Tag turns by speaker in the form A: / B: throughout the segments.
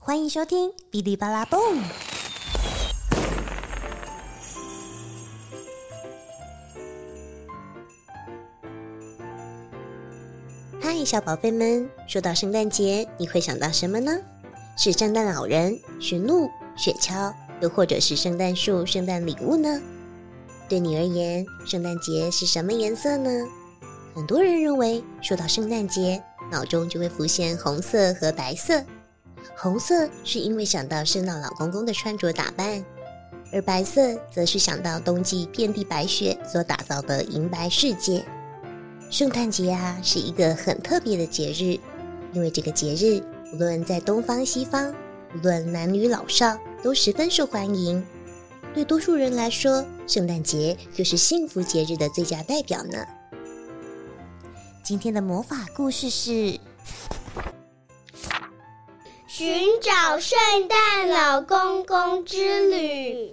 A: 欢迎收听哔哩吧啦蹦。嗨，小宝贝们，说到圣诞节，你会想到什么呢？是圣诞老人、驯鹿、雪橇，又或者是圣诞树、圣诞礼物呢？对你而言，圣诞节是什么颜色呢？很多人认为，说到圣诞节，脑中就会浮现红色和白色。红色是因为想到圣诞老公公的穿着打扮，而白色则是想到冬季遍地白雪所打造的银白世界。圣诞节啊，是一个很特别的节日，因为这个节日无论在东方西方，无论男女老少，都十分受欢迎。对多数人来说，圣诞节就是幸福节日的最佳代表呢。今天的魔法故事是
B: 寻找圣诞老公公之旅。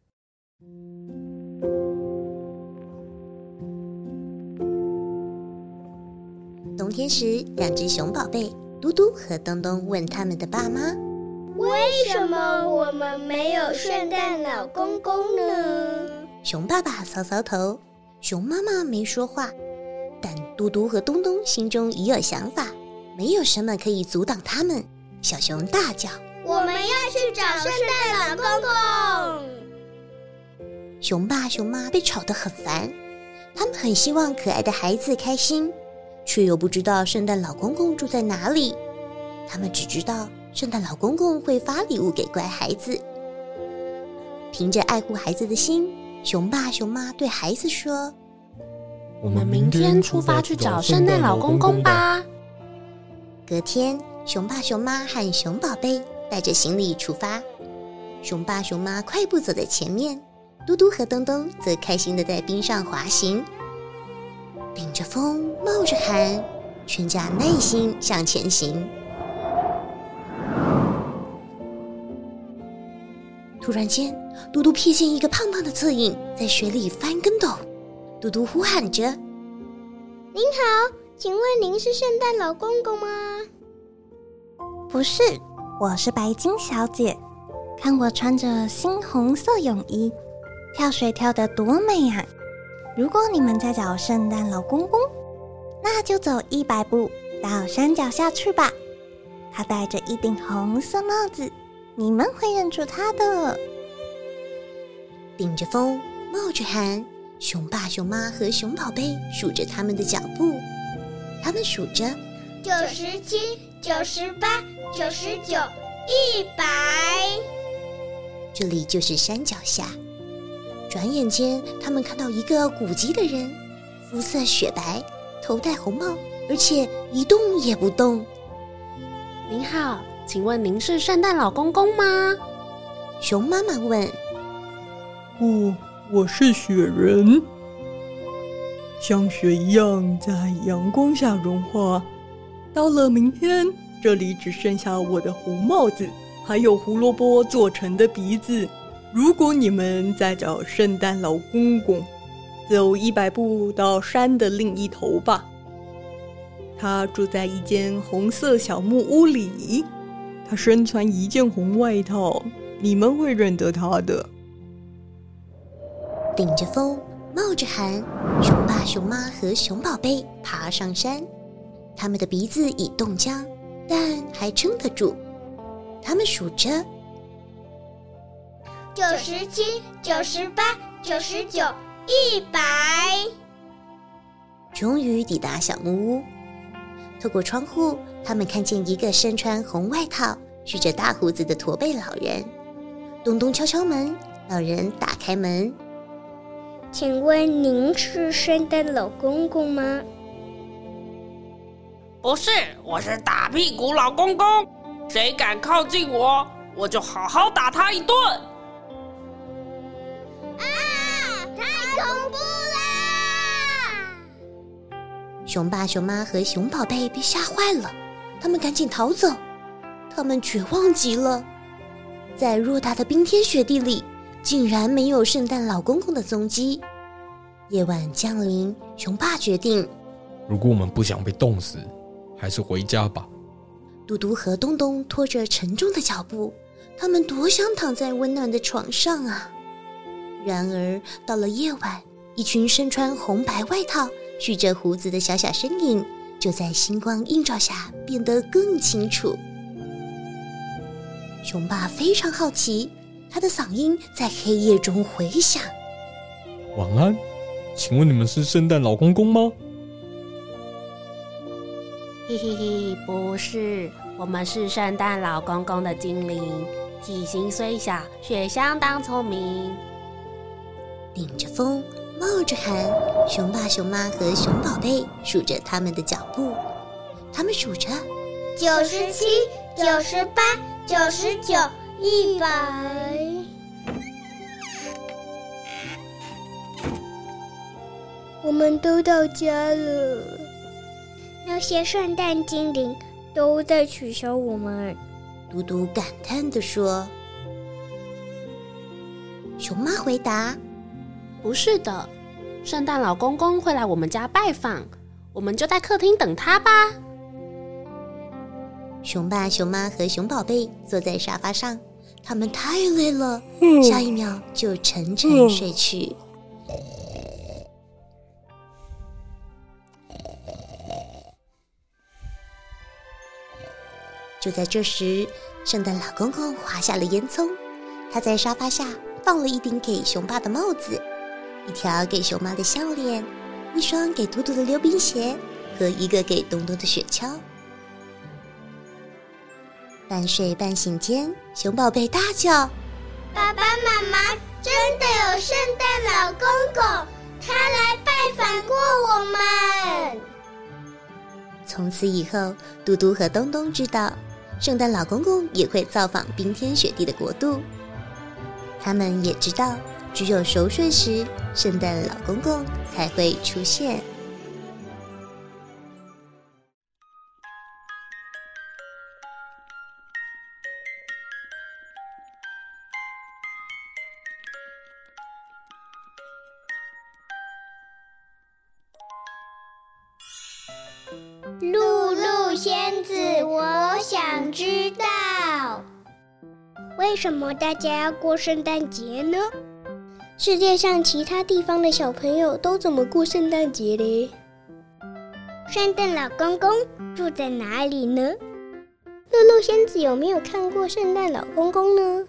A: 冬天时，两只熊宝贝嘟嘟和东东问他们的爸妈，
B: 为什么我们没有圣诞老公公呢？
A: 熊爸爸搔搔头，熊妈妈没说话，但嘟嘟和东东心中已有想法，没有什么可以阻挡他们。小熊大叫，
B: 我们要去找圣诞老公公。
A: 熊爸熊妈被吵得很烦，他们很希望可爱的孩子开心，却又不知道圣诞老公公住在哪里。他们只知道圣诞老公公会发礼物给乖孩子。凭着爱护孩子的心，熊爸熊妈对孩子说，
C: 我们明天出发去找圣诞老公公吧。
A: 隔天，熊爸熊妈和熊宝贝带着行李出发。熊爸熊妈快步走在前面，嘟嘟和东东则开心地在冰上滑行，顶着风冒着寒，全家耐心向前行。突然间，嘟嘟瞥见一个胖胖的侧影在水里翻跟斗，嘟嘟呼喊着，
B: 您好，请问您是圣诞老公公吗？
D: 不是，我是白金小姐。看我穿着猩红色泳衣，跳水跳得多美啊！如果你们在找圣诞老公公，那就走100步到山脚下去吧。他戴着一顶红色帽子，你们会认出他的。
A: 顶着风，冒着寒，熊爸熊妈和熊宝贝数着他们的脚步。他们数着
B: 97、98、99、100。
A: 这里就是山脚下。转眼间，他们看到一个古籍的人，肤色雪白，头戴红帽，而且一动也不动。
C: 您好，请问您是圣诞老公公吗？
A: 熊妈妈问。
E: 我是雪人，像雪一样在阳光下融化。到了明天，这里只剩下我的红帽子，还有胡萝卜做成的鼻子。如果你们在找圣诞老公公，走100步到山的另一头吧。他住在一间红色小木屋里，他身穿一件红外套，你们会认得他的。
A: 顶着风，冒着寒，熊爸熊妈和熊宝贝爬上山。他们的鼻子已冻僵，但还撑得住。他们数着
B: 97、98、99、100。
A: 终于抵达小木屋。透过窗户，他们看见一个身穿红外套、蓄着大胡子的驼背老人。咚咚敲敲门，老人打开门。
B: 请问您是圣诞老公公吗？
F: 不是，我是大屁股老公公，谁敢靠近我，我就好好打他一顿。
B: 太恐怖啦！
A: 熊爸熊妈和熊宝贝被吓坏了，他们赶紧逃走。他们绝望极了，在偌大的冰天雪地里，竟然没有圣诞老公公的踪迹。夜晚降临，熊爸决定，
G: 如果我们不想被冻死，还是回家吧。
A: 嘟嘟和东东拖着沉重的脚步，他们多想躺在温暖的床上啊！然而到了夜晚，一群身穿红白外套、蓄着胡子的小小身影，就在星光映照下变得更清楚。熊爸非常好奇，他的嗓音在黑夜中回响。
G: 晚安，请问你们是圣诞老公公吗？
C: 嘿嘿嘿，不是，我们是圣诞老公公的精灵，体型虽小，却相当聪明。
A: 顶着风，冒着寒，熊爸、熊妈和熊宝贝数着他们的脚步。他们数着
B: 97、98、99、100。我们都到家了。那些圣诞精灵都在取笑我们。
A: 嘟嘟感叹地说。熊妈回答：
C: 不是的，圣诞老公公会来我们家拜访，我们就在客厅等他吧。
A: 熊爸、熊妈和熊宝贝坐在沙发上，他们太累了，下一秒就沉沉睡去。就在这时，圣诞老公公滑下了烟囱，他在沙发下放了一顶给熊爸的帽子，一条给熊妈的项链，一双给嘟嘟的溜冰鞋和一个给东东的雪橇。半睡半醒间，熊宝贝大叫：
B: 爸爸妈妈，真的有圣诞老公公，他来拜访过我们。
A: 从此以后，嘟嘟和东东知道圣诞老公公也会造访冰天雪地的国度。他们也知道，只有熟睡时，圣诞老公公才会出现。
B: 露露仙子，我想知道，为什么大家要过圣诞节呢？世界上其他地方的小朋友都怎么过圣诞节嘞？圣诞老公公住在哪里呢？露露仙子有没有看过圣诞老公公呢？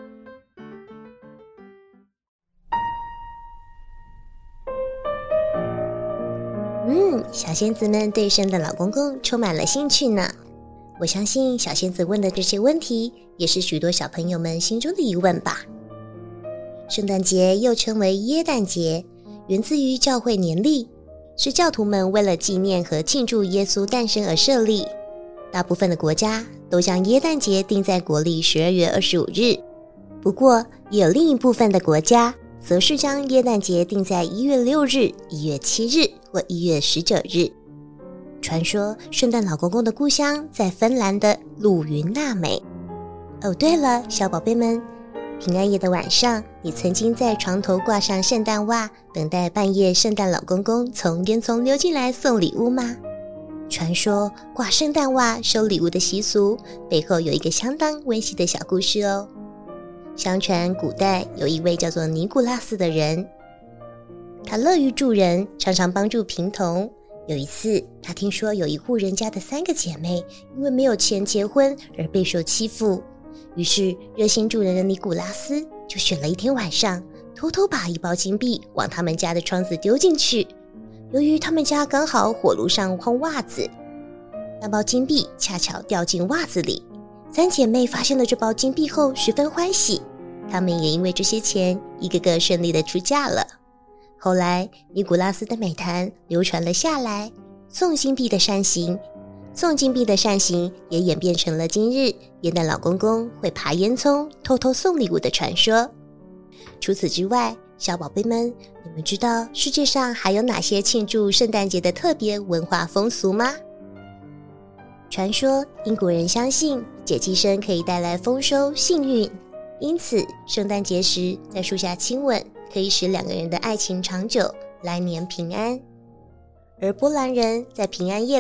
A: 小仙子们对圣诞老公公充满了兴趣呢。我相信小仙子问的这些问题，也是许多小朋友们心中的疑问吧。圣诞节又称为耶诞节，源自于教会年历，是教徒们为了纪念和庆祝耶稣诞生而设立。大部分的国家都将耶诞节定在国历12月25日，不过也有另一部分的国家则是将耶诞节定在1月6日、1月7日或1月19日。传说圣诞老公公的故乡在芬兰的鲁云纳美。哦，对了，小宝贝们，平安夜的晚上，你曾经在床头挂上圣诞袜，等待半夜圣诞老公公从烟囱溜进来送礼物吗？传说挂圣诞袜收礼物的习俗背后有一个相当温馨的小故事哦。相传古代有一位叫做尼古拉斯的人，他乐于助人，常常帮助贫童。有一次，他听说有一户人家的3个姐妹因为没有钱结婚而备受欺负，于是热心助人的尼古拉斯就选了一天晚上，偷偷把一包金币往他们家的窗子丢进去。由于他们家刚好火炉上换袜子，那包金币恰巧掉进袜子里。3姐妹发现了这包金币后十分欢喜，她们也因为这些钱一个个顺利的出嫁了。后来尼古拉斯的美谈流传了下来，送金币的善行也演变成了今日耶诞老公公会爬烟囱偷偷送礼物的传说。除此之外，小宝贝们，你们知道世界上还有哪些庆祝圣诞节的特别文化风俗吗？传说英国人相信姐弟生可以带来丰收幸运，因此圣诞节时在树下亲吻可以使2个人的爱情长久，来年平安。而波兰人在平安夜里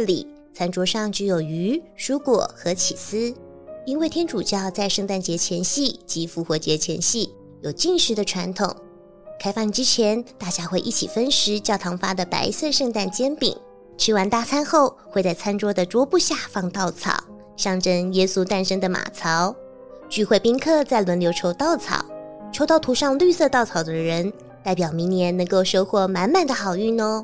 A: 餐桌上只有鱼、蔬果和起司。因为天主教在圣诞节前夕及复活节前夕有禁食的传统，开饭之前大家会一起分食教堂发的白色圣诞煎饼。吃完大餐后，会在餐桌的桌布下放稻草，象征耶稣诞生的马槽。聚会宾客再轮流抽稻草，抽到涂上绿色稻草的人，代表明年能够收获满满的好运哦。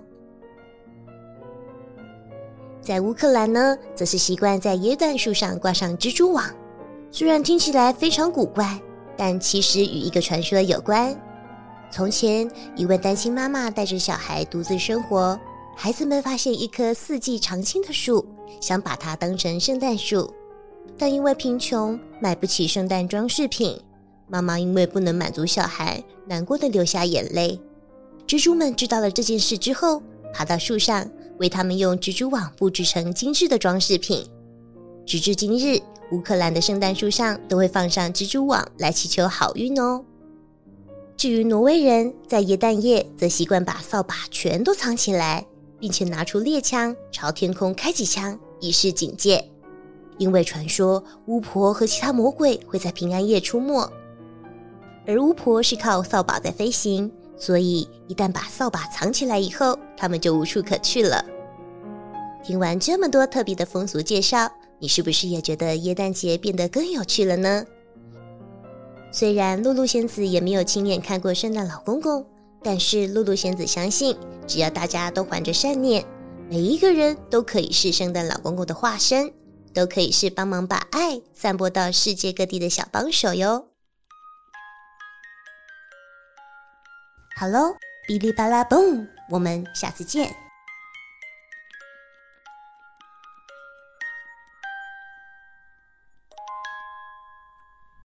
A: 在乌克兰呢，则是习惯在耶诞树上挂上蜘蛛网。虽然听起来非常古怪，但其实与一个传说有关。从前，一位单亲妈妈带着小孩独自生活，孩子们发现一棵四季常青的树，想把它当成圣诞树，但因为贫穷，买不起圣诞装饰品。妈妈因为不能满足小孩，难过的流下眼泪。蜘蛛们知道了这件事之后，爬到树上，为他们用蜘蛛网布置成精致的装饰品。直至今日，乌克兰的圣诞树上都会放上蜘蛛网来祈求好运哦。至于挪威人，在耶诞夜则习惯把扫把全都藏起来，并且拿出猎枪朝天空开几枪，以示警戒。因为传说巫婆和其他魔鬼会在平安夜出没，而巫婆是靠扫把在飞行，所以一旦把扫把藏起来以后，他们就无处可去了。听完这么多特别的风俗介绍，你是不是也觉得耶诞节变得更有趣了呢？虽然露露仙子也没有亲眼看过圣诞老公公，但是露露仙子相信，只要大家都怀着善念，每一个人都可以是圣诞老公公的化身，都可以是帮忙把爱散播到世界各地的小帮手哟。好咯，哔哩吧啦嘣，我们下次见。